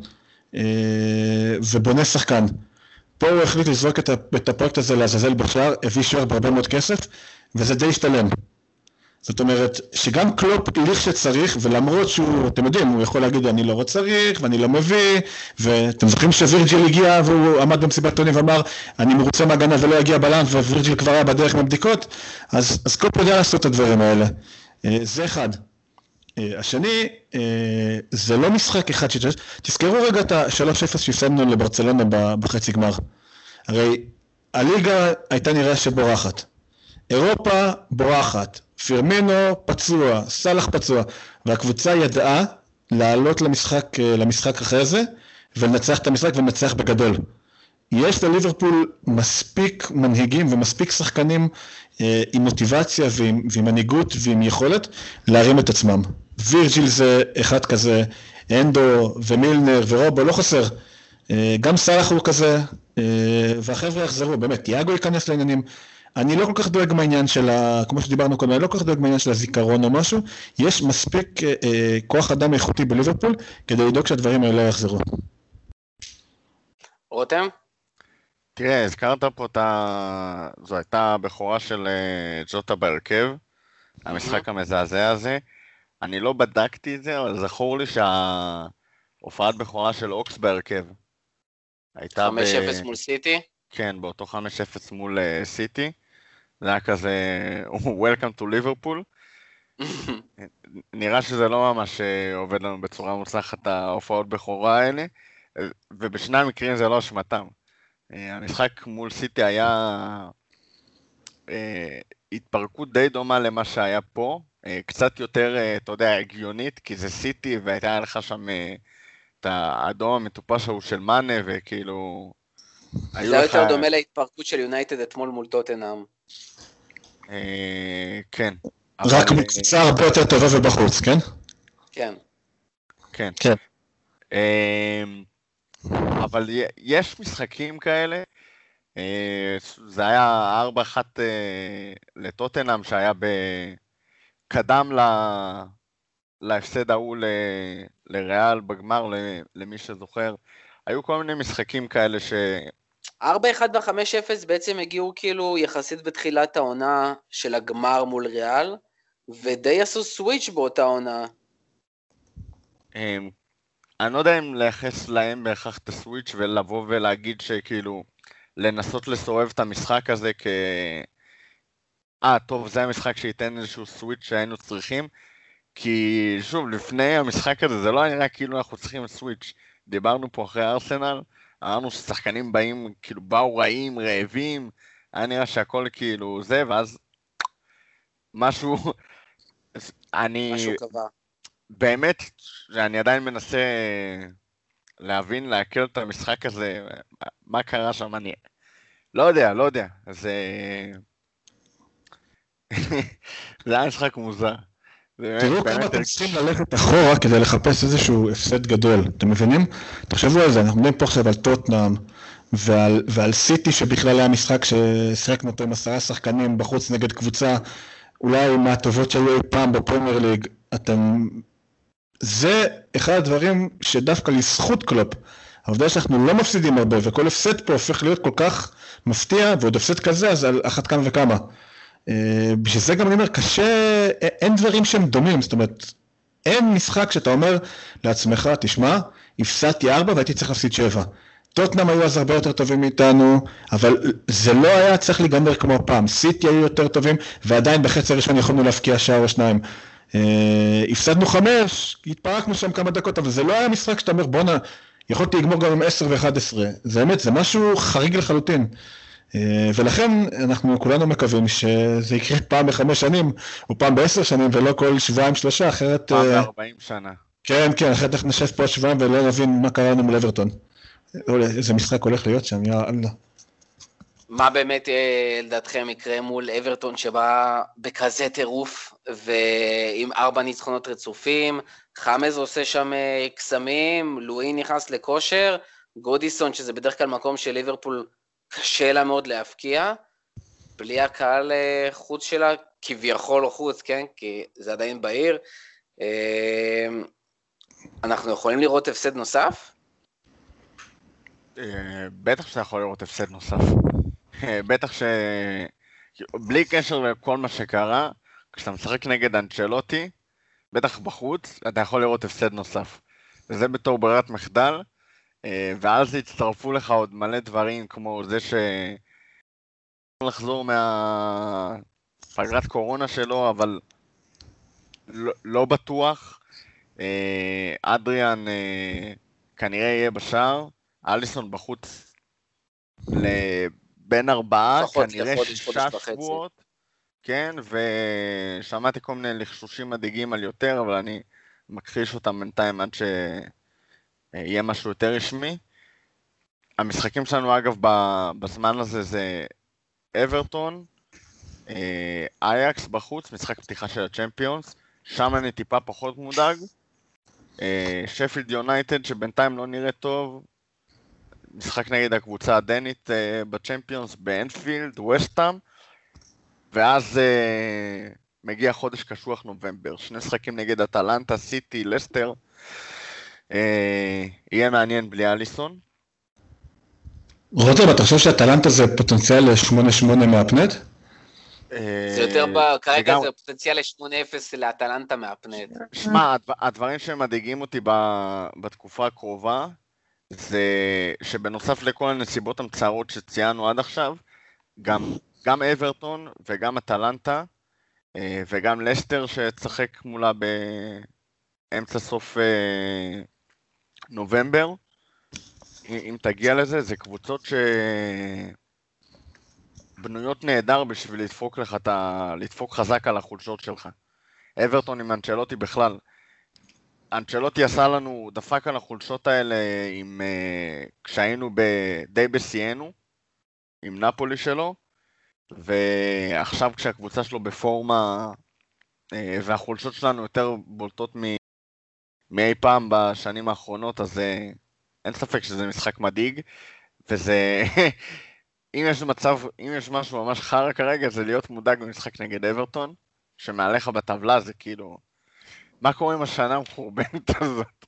ובונה שחקן. פה הוא החליט לזרוק את הפרויקט הזה לעזאזל בשער, הביא שוער בהרבה מאוד כסף, וזה די השתלם. זאת אומרת, שגם קלופ הליך שצריך, ולמרות שהוא, אתם יודעים, הוא יכול להגיד, אני לא צריך, ואני לא מביא, ואתם זוכרים שווירג'יל הגיע, והוא עמד במסיבת עיתונאים ואמר, אני מרוצה מהגנה ולא יגיע בלם, ווירג'יל כבר היה בדרך מהבדיקות, אז קלופ יודע לעשות את הדברים האלה. זה אחד. השני, זה לא משחק אחד תזכרו רגע את ה-3-0 שהפסדנו לברצלונה בחצי גמר. הרי הליגה הייתה נראה שבורחת. אירופה בורחת. פירמינו פצוע, סלאח פצוע, והקבוצה ידעה לעלות למשחק אחרי זה, ולנצח את המשחק ולנצח בגדול. יש לליברפול מספיק מנהיגים ומספיק שחקנים עם מוטיבציה ועם מנהיגות ועם יכולת להרים את עצמם. וירג'יל זה אחד כזה, אנדו ומילנר ורובו, לא חסר. גם סלאח הוא כזה, והחבר'ה יחזרו, באמת, יאגו ייכנס לעניינים. אני לא כל כך דואג מהעניין של, כמו שדיברנו קודם, אני לא כל כך דואג מהעניין של הזיכרון או משהו, יש מספיק כוח אדם איכותי בליברפול, כדי לדאוג שהדברים האלה יחזרו. רותם? תראה, הזכרת פה זו הייתה הבכורה של ג'וטה בהרכב, המשחק המזעזע הזה, אני לא בדקתי את זה, אבל זכור לי שההופעת בכורה של אוקס בהרכב, 5-0 מול סיטי? כן, באותו 5-0 מול סיטי, זה היה כזה, Welcome to Liverpool, נראה שזה לא ממש עובד לנו בצורה מוצלחת ההופעות בכורה האלה, ובשני המקרים זה לא אשמתם. המשחק מול סיטי היה התפרקות די דומה למה שהיה פה, קצת יותר, אתה יודע, הגיונית, כי זה סיטי, והייתה לך שם את האדום המטופש ההוא של מאנה, וכאילו... זה יותר דומה להתפרקות של יונייטד אתמול מול טוטנהאם. כן. רק מקבוצה הרבה יותר טובה ובחוץ, כן? כן. כן. כן. אבל יש משחקים כאלה זה היה 4-1 לטוטנהאם, שהיה קדם להפסד ההוא לריאל בגמר, למי שזוכר. היו כל מיני משחקים כאלה 4-1 ו-5-0 בעצם הגיעו כאילו יחסית בתחילת העונה של הגמר מול ריאל, ודי עשו סוויץ' באותה עונה. אני לא יודע אם לייחס להם בהכרח את הסוויץ' ולבוא ולהגיד שכאילו לנסות לסובב את המשחק הזה טוב, זה המשחק שייתן איזשהו סוויץ' שהיינו צריכים, כי שוב, לפני המשחק הזה זה לא נראה כאילו אנחנו צריכים סוויץ'. דיברנו פה אחרי ארסנל, אמרנו ששחקנים באים, כאילו באו רעים, רעבים, היה נראה שהכל כאילו זה, ואז משהו קבע. באמת, שאני עדיין מנסה להבין, להקל את המשחק הזה, מה קרה שם, אני לא יודע, זה היה משחק מוזר. תראו כמה אתם צריכים ללכת אחורה כדי לחפש איזשהו הפסד גדול, אתם מבינים? תחשבו על זה, אנחנו מדברים פה עכשיו על טוטנהאם ועל סיטי שבכלל היה משחק ששחקנו אותו עם 10 שחקנים בחוץ נגד קבוצה אולי מהטובות שהיו אי פעם בפרמייר ליג. זה אחד הדברים שדווקא לזכות קלופ, העובדה שאנחנו לא מפסידים הרבה וכל הפסד פה הופך להיות כל כך מפתיע, ועוד הפסד כזה אז על אחת כמה וכמה. בשביל זה גם אני אומר, קשה, אין דברים שהם דומים, זאת אומרת, אין משחק שאתה אומר לעצמך, תשמע, הפסדתי 4 והייתי צריך להפסיד 7. טוטנהאם היו אז הרבה יותר טובים מאיתנו, אבל זה לא היה צריך להיגמר כמו פעם. סיטי היו יותר טובים, ועדיין בחצי הראשון יכולנו להפקיע שער או 2. הפסדנו 5, התפרקנו שם כמה דקות, אבל זה לא היה משחק שאתה אומר, בונה, יכולתי לגמור גם עם 10 ו-11. זה באמת, זה משהו חריג לחלוטין. ולכן אנחנו כולנו מקווים שזה יקרה פעם ב5 שנים, או פעם ב10 שנים, ולא כל 2-3, אחרת... פעם ב40 שנה. כן, אחרת נשב פה שבועיים ולא נבין מה קרה לנו מול אברטון. איזה משחק הולך להיות שם, יאללה. מה באמת לדעתכם יקרה מול אברטון שבא בכזה טירוף, ועם 4 ניצחונות רצופים, חמז עושה שם קסמים, לואי נכנס לכושר, גודיסון שזה בדרך כלל מקום של ליברפול קשה לה מאוד להפקיע, בלי הקהל חוץ שלה, כביכול חוץ, כן? כי זה עדיין בעיר. אנחנו יכולים לראות הפסד נוסף? בטח שאתה יכול לראות הפסד נוסף. בטח בלי קשר לכל מה שקרה, כשאתה משחק נגד אנצ'לוטי, בטח בחוץ, אתה יכול לראות הפסד נוסף. וזה בתור ברירת מחדל, ואז יצטרפו לך עוד מלא דברים, כמו זה לחזור מהפגרת קורונה שלו, אבל לא בטוח. אדריאן כנראה יהיה בשער, אליסון בחוץ בין 4, כנראה 6 שבועות, כן, ושמעתי כל מיני לחשושים מדאיגים על יותר, אבל אני מכחיש אותם בינתיים עד שיהיה משהו יותר רשמי. המשחקים שלנו אגב בזמן הזה זה אברטון, אייקס בחוץ, משחק פתיחה של הצ'מפיונס, שם אני טיפה פחות מודאג, שפילד יונייטד שבינתיים לא נראה טוב, משחק נגד הקבוצה הדנית בצ'מפיונס באנפילד, ווסטהאם, ואז מגיע חודש קשוח נובמבר, 2 משחקים נגד אטלנטה, סיטי, לסטר, יהיה מעניין בלי אליסון. רותם, אתה חושב שהאטלנטה זה פוטנציאל ל-8-8 מהפנט? זה יותר, כרגע זה פוטנציאל ל-8-0 לאטלנטה מהפנט. שמע, הדברים שמדאיגים אותי בתקופה הקרובה, זה שבנוסף לכל הנסיבות המצערות שציינו עד עכשיו, גם אברטון וגם אטלנטה, וגם לסטר שצחק מולה באמצע סוף נובמבר, אם תגיע לזה, זה קבוצות שבנויות נהדר בשביל לדפוק חזק על החולשות שלך. אברטון עם אנצ'לוטי בכלל. אנצ'לוטי עשה לנו, דפק על החולשות האלה כשהיינו די בסיינו, עם נפולי שלו, ועכשיו כשהקבוצה שלו בפורמה, והחולשות שלנו יותר בולטות מאי פעם בשנים האחרונות, אז אין ספק שזה משחק מדאיג, וזה אם יש משהו ממש חרא כרגע, זה להיות מודאג במשחק נגד אברטון, שמעליך בטבלה זה כאילו, מה קורה עם השנה המחורבנת הזאת?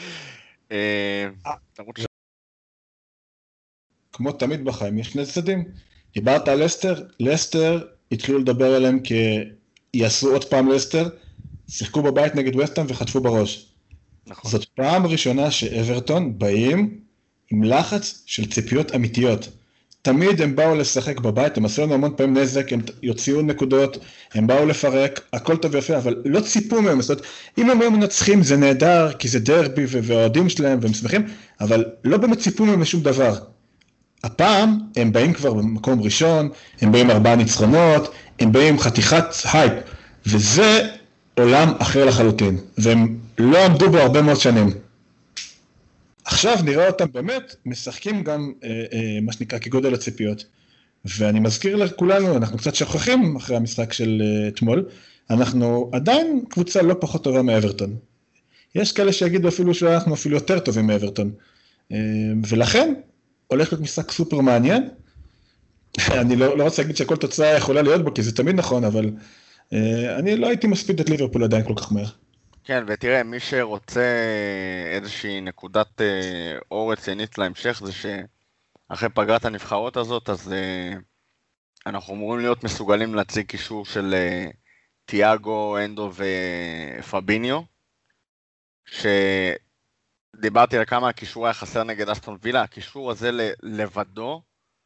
כמו תמיד בחיים, יש שני צדדים. דיברת על לסטר התחילו לדבר עליהם כי יעשו עוד פעם לסטר, שיחקו בבית נגד וסטהאם וחטפו בראש. נכון. זאת פעם ראשונה שאברטון באים עם לחץ של ציפיות אמיתיות. תמיד הם באו לשחק בבית, הם עשו לנו המון פעמים נזק, הם יוציאו נקודות, הם באו לפרק, הכל טוב ויפה, אבל לא ציפו מהם. זאת אומרת, אם הם היום מנצחים זה נהדר, כי זה דרבי והאוהדים שלהם והם שמחים, אבל לא באמת ציפו מהם לשום דבר. הפעם הם באים כבר במקום ראשון, הם באים 4 ניצחונות, הם באים חתיכת הייפ, וזה עולם אחר לחלוטין, והם לא עמדו בו הרבה מאוד שנים. עכשיו נראה אותם באמת משחקים גם מה שנקרא כגודל הציפיות, ואני מזכיר לכולנו, אנחנו קצת שוכחים אחרי המשחק של אתמול, אנחנו עדיין קבוצה לא פחות טובה מאברטון. יש כאלה שיגידו אפילו שאנחנו אפילו יותר טובים מאברטון, ולכן הולך להיות משחק סופר מעניין. אני לא רוצה להגיד שכל תוצאה יכולה להיות בו, כי זה תמיד נכון, אבל אני לא הייתי מספיד את ליברפול עדיין כל כך מהר. כן, ותראה, מי שרוצה איזושהי נקודת אור רצינית להמשך, זה שאחרי פגרת הנבחרות הזאת, אז אנחנו אמורים להיות מסוגלים להציג קישור של תיאגו, אנדו ופביניו, דיברתי על כמה הקישור היה חסר נגד אסטון וילה, הקישור הזה לבדו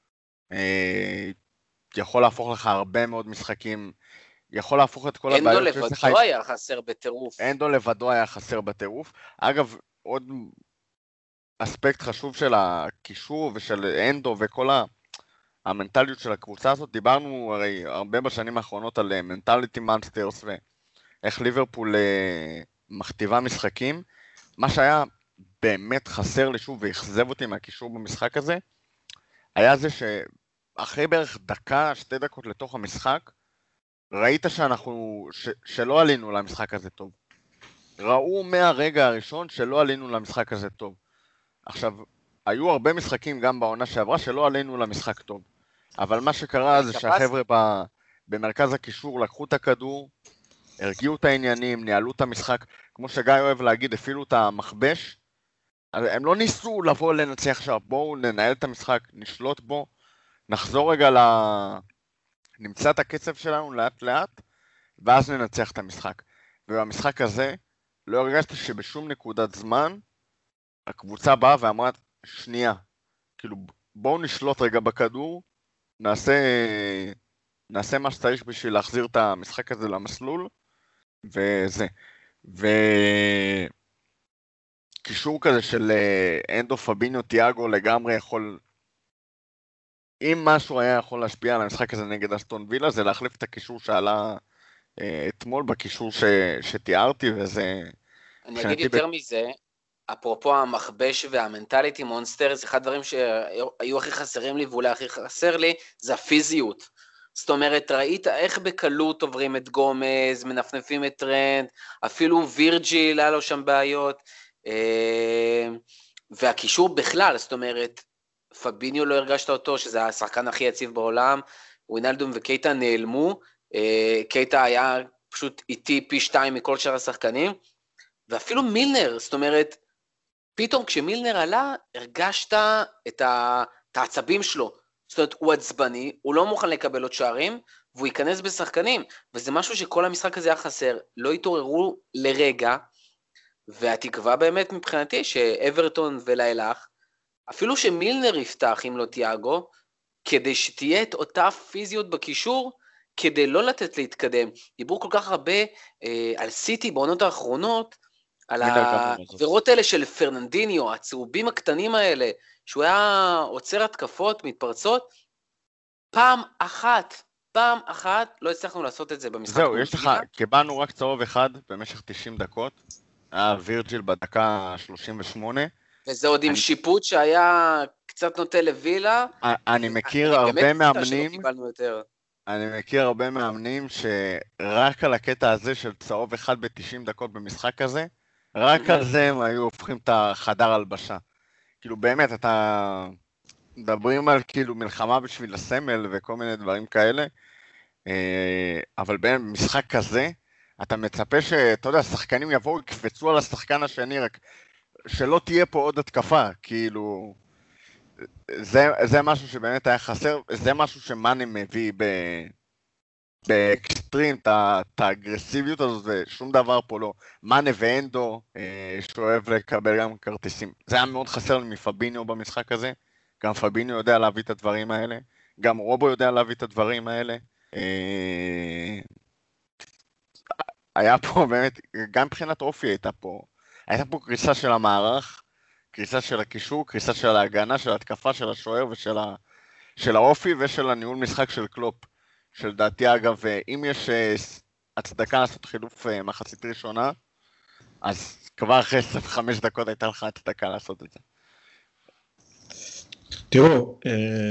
יכול להפוך לך הרבה מאוד משחקים, יכול להפוך את כל הבעיות. אנדו לבדו היה חסר בטירוף. אנדו לבדו היה חסר בטירוף. אגב, עוד אספקט חשוב של הקישור ושל אנדו וכל המנטליות של הקבוצה הזאת, דיברנו הרי הרבה בשנים האחרונות על מנטליטי מאנסטרס ואיך ליברפול מכתיבה משחקים. מה שהיה באמת חסר לי שוב והחזב אותי מהקישור במשחק הזה, היה זה שאחרי בערך דקה, 2 דקות לתוך המשחק, ראית שלא עלינו למשחק הזה טוב. ראו מהרגע הראשון שלא עלינו למשחק הזה טוב. עכשיו, היו הרבה משחקים גם בעונה שעברה שלא עלינו למשחק טוב. אבל מה שקרה זה שהחבר'ה במרכז הקישור לקחו את הכדור, הרגיעו את העניינים, ניהלו את המשחק, כמו שגיא אוהב להגיד, אפילו את המחבש. הם לא ניסו לבוא לנצח עכשיו, בואו ננהל את המשחק, נשלוט בו, נחזור רגע נמצא את הקצב שלנו לאט לאט, ואז ננצח את המשחק. ובמשחק הזה, לא הרגשתי שבשום נקודת זמן, הקבוצה באה ואמרה, שנייה, כאילו בואו נשלוט רגע בכדור, נעשה מה שצריך בשביל להחזיר את המשחק הזה למסלול, וזה. קישור כזה של אנדו, פביניו, תיאגו לגמרי יכול, אם משהו היה יכול להשפיע על המשחק הזה נגד אסטון וילה, זה להחליף את הקישור שעלה אתמול בקישור שתיארתי, וזה... אני אגיד יותר מזה, אפרופו המחבש והמנטליטי מונסטר, זה אחד הדברים שהיו הכי חסרים לי, ואולי הכי חסר לי, זה הפיזיות. זאת אומרת, ראית איך בקלות עוברים את גומז, מנפנפים את טרנד, אפילו וירג'יל היה לו שם בעיות, והקישור בכלל, זאת אומרת, פביניו לא הרגשת אותו, שזה השחקן הכי יציב בעולם, ווינלדום וקייטה נעלמו, קייטה היה פשוט איטי פי 2 מכל שאר השחקנים, ואפילו מילנר, זאת אומרת, פתאום כשמילנר עלה, הרגשת את העצבים שלו, זאת אומרת, הוא עצבני, הוא לא מוכן לקבל עוד שערים, והוא ייכנס בשחקנים, וזה משהו שכל המשחק הזה היה חסר, לא התעוררו לרגע, והתקווה באמת מבחינתי שאברטון ולאילך, אפילו שמילנר יפתח אם לא תיאגו, כדי שתהיה את אותה פיזיות בקישור, כדי לא לתת להתקדם. דיברו כל כך הרבה על סיטי בעונות האחרונות, על העבירות האלה של פרננדיניו, הצהובים הקטנים האלה, שהוא היה עוצר התקפות, מתפרצות, פעם אחת לא הצלחנו לעשות את זה במשחק. זהו, יש לך, קיבלנו רק צהוב אחד במשך 90 דקות, היה וירג'יל בדקה 38. וזה עוד עם שיפוט שהיה קצת נוטה לווילה. אני מכיר הרבה מאמנים שרק על הקטע הזה של צהוב אחד ב-90 דקות במשחק הזה, רק על זה הם היו הופכים את החדר הלבשה. כאילו באמת, אתה מדברים על כאילו מלחמה בשביל הסמל וכל מיני דברים כאלה, אבל במשחק כזה, אתה מצפה שאתה יודע, השחקנים יבואו, יקפצו על השחקן השני, רק שלא תהיה פה עוד התקפה, כאילו, זה משהו שבאמת היה חסר, זה משהו שמאני מביא באקסטרים, את האגרסיביות הזאת, ושום דבר פה לא. מאני ואנדו, שאוהב לקבל גם כרטיסים. זה היה מאוד חסר מפביניו במשחק הזה, גם פביניו יודע להביא את הדברים האלה, גם רובו יודע להביא את הדברים האלה. היה פה באמת, גם מבחינת אופי הייתה פה קריסה של המערך, קריסה של הקישור, קריסה של ההגנה, של ההתקפה, של השוער ושל האופי ושל הניהול משחק של קלופ. שלדעתי אגב, אם יש הצדקה לעשות חילוף מחצית ראשונה, אז כבר אחרי 25 דקות הייתה לך הצדקה לעשות את זה. תראו,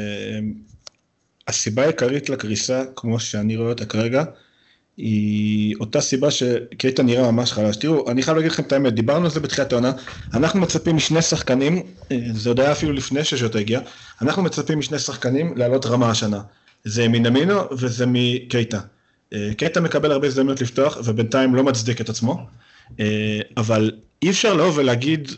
הסיבה העיקרית לקריסה, כמו שאני רואה אותה כרגע, היא אותה סיבה שקייטה נראה ממש חלש. תראו, אני חייב להגיד לכם את האמת, דיברנו על זה בתחילת העונה, אנחנו מצפים משני שחקנים, זה עוד היה אפילו לפני ששוטה הגיע, אנחנו מצפים משני שחקנים לעלות רמה השנה. זה מנמינו וזה מקייטה. קייטה מקבל הרבה הזדמנות לפתוח, ובינתיים לא מצדיק את עצמו, אבל אי אפשר לא ולהגיד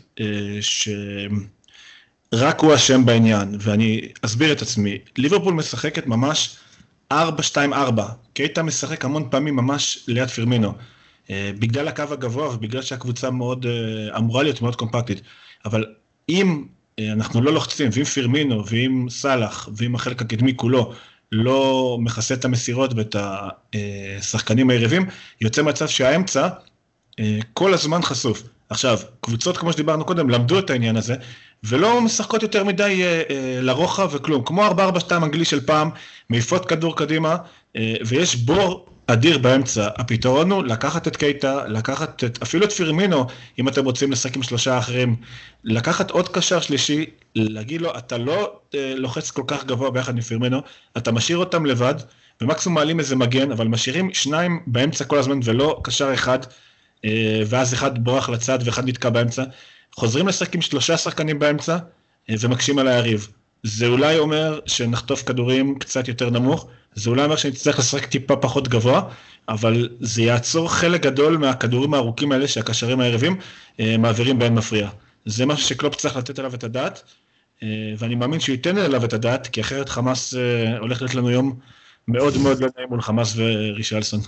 שרק הוא אשם בעניין, ואני אסביר את עצמי. ליברפול משחקת ממש 4-2-4, קייטה משחק המון פעמים ממש ליד פירמינו, בגלל הקו הגבוה ובגלל שהקבוצה מאוד, אמורה להיות מאוד קומפקטית, אבל אם אנחנו לא לוחצים, ואם פירמינו, ואם סלח, ואם החלק הקדמי כולו, לא מכסה את המסירות ואת השחקנים היריבים, יוצא מצב שהאמצע כל הזמן חשוף. עכשיו, קבוצות כמו שדיברנו קודם, למדו את העניין הזה, ולא משחקות יותר מדי לרוחב וכלום. כמו 4-4-2 אנגלי של פעם, מעיפות כדור קדימה, ויש בור אדיר באמצע. הפתרון הוא לקחת את קייטה, לקחת אפילו את פירמינו, אם אתם רוצים לשחק עם שלושה אחרים, לקחת עוד קשר שלישי, להגיד לו, אתה לא לוחץ כל כך גבוה ביחד עם פירמינו, אתה משאיר אותם לבד, ומקסימום מעלים איזה מגן, אבל משאירים שניים באמצע כל הזמן, ולא קשר אחד, ואז אחד בורח לצד ואחד נתקע באמצע, חוזרים לשחק עם שלושה שחקנים באמצע, ומקשים על היריב. זה אולי אומר שנחטוף כדורים קצת יותר נמוך, זה אולי אומר שנצטרך לשחק טיפה פחות גבוה, אבל זה יעצור חלק גדול מהכדורים הארוכים האלה שהקשרים היריבים מעבירים בין מפריע. זה משהו שקלופ צריך לתת עליו את הדעת, ואני מאמין שהוא ייתן עליו את הדעת, כי אחרת חמאס הולך להיות לנו יום מאוד מאוד לא נעים מול חמאס ורישלסון.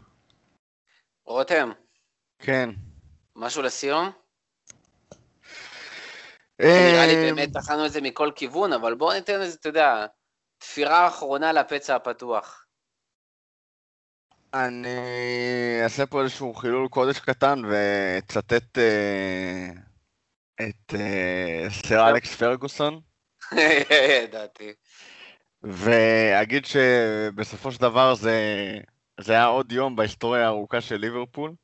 רותם. כן. משהו לסיום? נראה לי באמת תחנו את זה מכל כיוון, אבל בואו ניתן איזה, אתה יודע, תפירה האחרונה לפצע הפתוח. אני אעשה פה איזשהו חילול קודש קטן וצטט את סר אלכס פרגוסון. ידעתי. ואגיד שבסופו של דבר זה היה עוד יום בהיסטוריה הארוכה של ליברפול,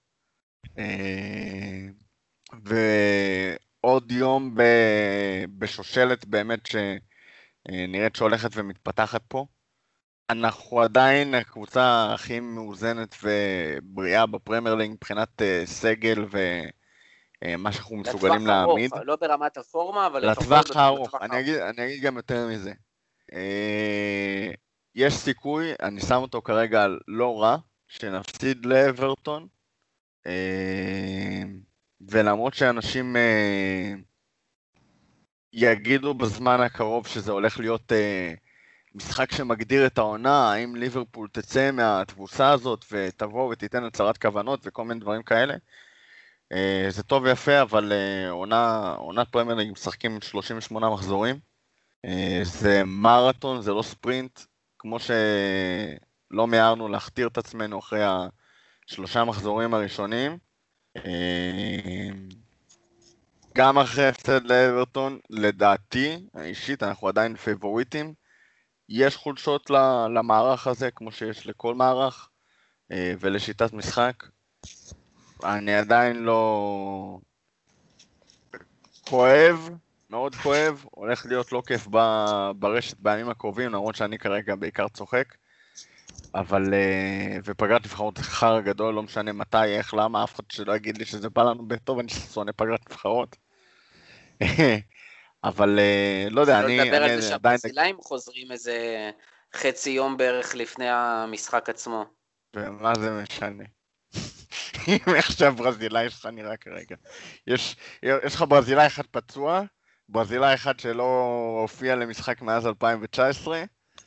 ועוד יום בשושלת באמת שנראית שהולכת ומתפתחת פה. אנחנו עדיין הקבוצה הכי מאוזנת ובריאה בפרמייר ליג מבחינת סגל ומה שאנחנו מסוגלים להעמיד. לא ברמת הפורמה, אבל לטווח הארוך. אני אגיד גם יותר מזה. יש סיכוי, אני שם אותו כרגע לא רע, שנפסיד לאברטון, ולמרות שאנשים יגידו בזמן הקרוב שזה הולך להיות משחק שמגדיר את העונה, האם ליברפול תצא מהתבוסה הזאת ותבוא ותיתן הצהרת כוונות וכל מיני דברים כאלה, זה טוב ויפה, אבל עונת פרמייר ליג משחקים 38 מחזורים, זה מרתון, זה לא ספרינט, כמו שלא מיהרנו להכתיר את עצמנו אחרי השלושה מחזורים הראשונים, גם אחרי הפסד לאברטון, לדעתי, האישית, אנחנו עדיין פייבוריטים, יש חולשות למערך הזה, כמו שיש לכל מערך, ולשיטת משחק. אני עדיין לא כואב, מאוד כואב, הולך להיות לא כיף ברשת בימים הקרובים, למרות שאני כרגע בעיקר צוחק, אבל, ופגרת נבחרות חר גדול, לא משנה מתי, איך, למה, אף אחד שלא יגיד לי שזה בא לנו בטוב, אני שונא פגרת נבחרות. אבל לא יודע, אני אני מדבר על זה עדיין... שהברזילאים חוזרים איזה חצי יום בערך לפני המשחק עצמו. ומה זה משנה? אם איך שהברזילאי שלך נראה כרגע. יש לך ברזילאי אחד פצוע, ברזילאי אחד שלא הופיע למשחק מאז 2019,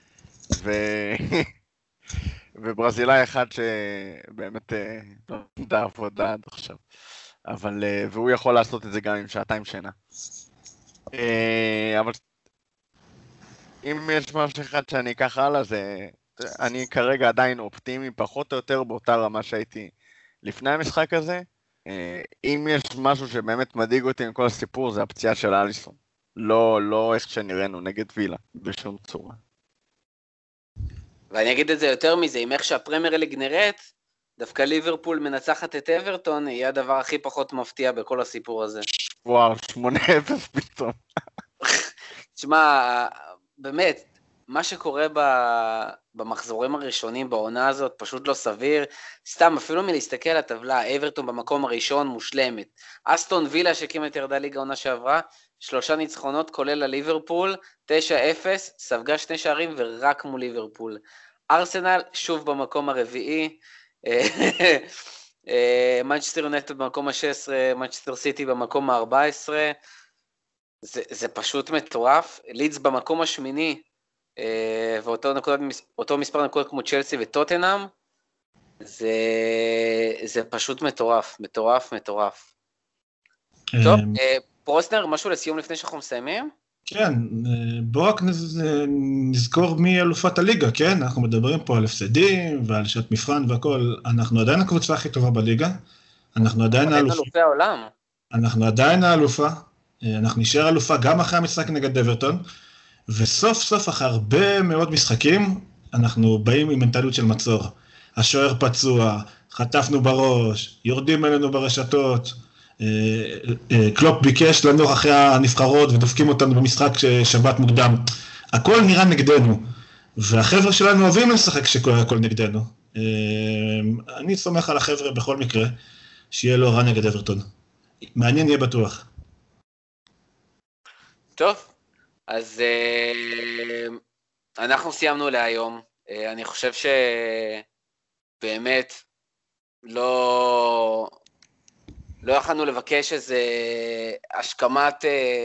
וברזילאי אחד שבאמת לא נדע עבודה עד עכשיו. אבל, והוא יכול לעשות את זה גם עם שעתיים שינה. אבל אם יש משהו אחד שאני אקח הלאה, זה... אני כרגע עדיין אופטימי, פחות או יותר באותה רמה שהייתי לפני המשחק הזה. אם יש משהו שבאמת מדאיג אותי עם כל הסיפור, זה הפציעה של אליסון. לא איך שנראינו נגד וילה, בשום צורה. ואני אגיד את זה יותר מזה, עם איך שהפרמייר ליג נראית, דווקא ליברפול מנצחת את אברטון, יהיה הדבר הכי פחות מפתיע בכל הסיפור הזה. וואו, 8-0 פתאום. תשמע, באמת, מה שקורה במחזורים הראשונים בעונה הזאת פשוט לא סביר, סתם אפילו מלהסתכל על הטבלה, אברטון במקום הראשון מושלמת, אסטון וילה שכמעט ירדה ליגה עונה שעברה, 3 ניצחונות כולל לליברפול, 9-0, ספגה 2 שערים ורק מול ליברפול, ארסנל שוב במקום הרביעי, מנצ'סטר יונייטד במקום ה-16, מנצ'סטר סיטי במקום ה-14, זה פשוט מטורף, לידס במקום השמיני, ואותו מספר נקודות כמו צ'לסי וטוטנהאם, זה פשוט מטורף, מטורף, מטורף. טוב, פרוסנר, משהו לסיום לפני שאנחנו מסיימים? כן, בואו רק נזכור מי אלופת הליגה, כן? אנחנו מדברים פה על הפסדים ועל שעת מבחן והכל, אנחנו עדיין הקבוצה הכי טובה בליגה, אנחנו עדיין אלופי העולם. אנחנו עדיין האלופה, אנחנו נשאר אלופה גם אחרי המשחק נגד אברטון, וסוף סוף אחרי הרבה מאוד משחקים, אנחנו באים עם מנטליות של מצור. השוער פצוע, חטפנו בראש, יורדים אלינו ברשתות, קלופ ביקש לנוח אחרי הנבחרות ודופקים אותנו במשחק שבת מוקדם. הכל נראה נגדנו, והחבר'ה שלנו אוהבים לשחק שהכל נגדנו. אני סומך על החבר'ה בכל מקרה, שיהיה לו רע נגד אברטון. מעניין יהיה בטוח. טוב. אז אנחנו סיימנו להיום, אני חושב שבאמת לא יכולנו לבקש איזה השכמת,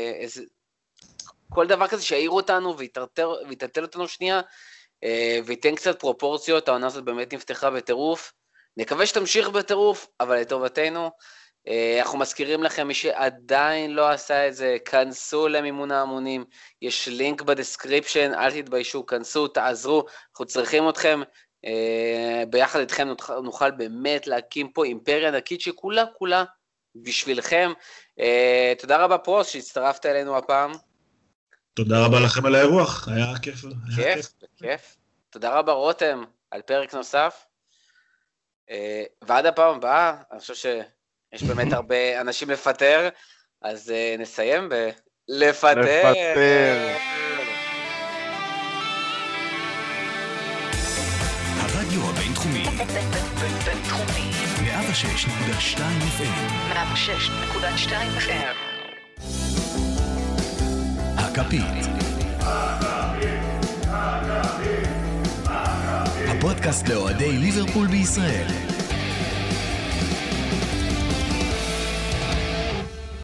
כל דבר כזה שיעירו אותנו ויטלטל אותנו שנייה, וייתן קצת פרופורציות, העונה הזאת באמת נפתחה בטירוף, נקווה שתמשיך בטירוף, אבל לטובתנו, אנחנו מזכירים לכם, מי שעדיין לא עשה את זה, כנסו למימון ההמונים, יש לינק בדסקריפשן, אל תתביישו, כנסו, תעזרו, אנחנו צריכים אתכם, ביחד איתכם נוכל באמת להקים פה אימפריה ענקית שכולה בשבילכם. תודה רבה פרוס שהצטרפת אלינו הפעם. תודה רבה לכם על האירוח, היה כיף. כיף. תודה רבה רותם על פרק נוסף, ועד הפעם הבאה, אני חושב יש באמת הרבה אנשים לפטר, אז נסיים בלפטר. הרדיו הבינתחומי. בינתחומי. 106.2 FM. 106.2 FM. הכפית. הפודקאסט לאוהדי ליברפול בישראל.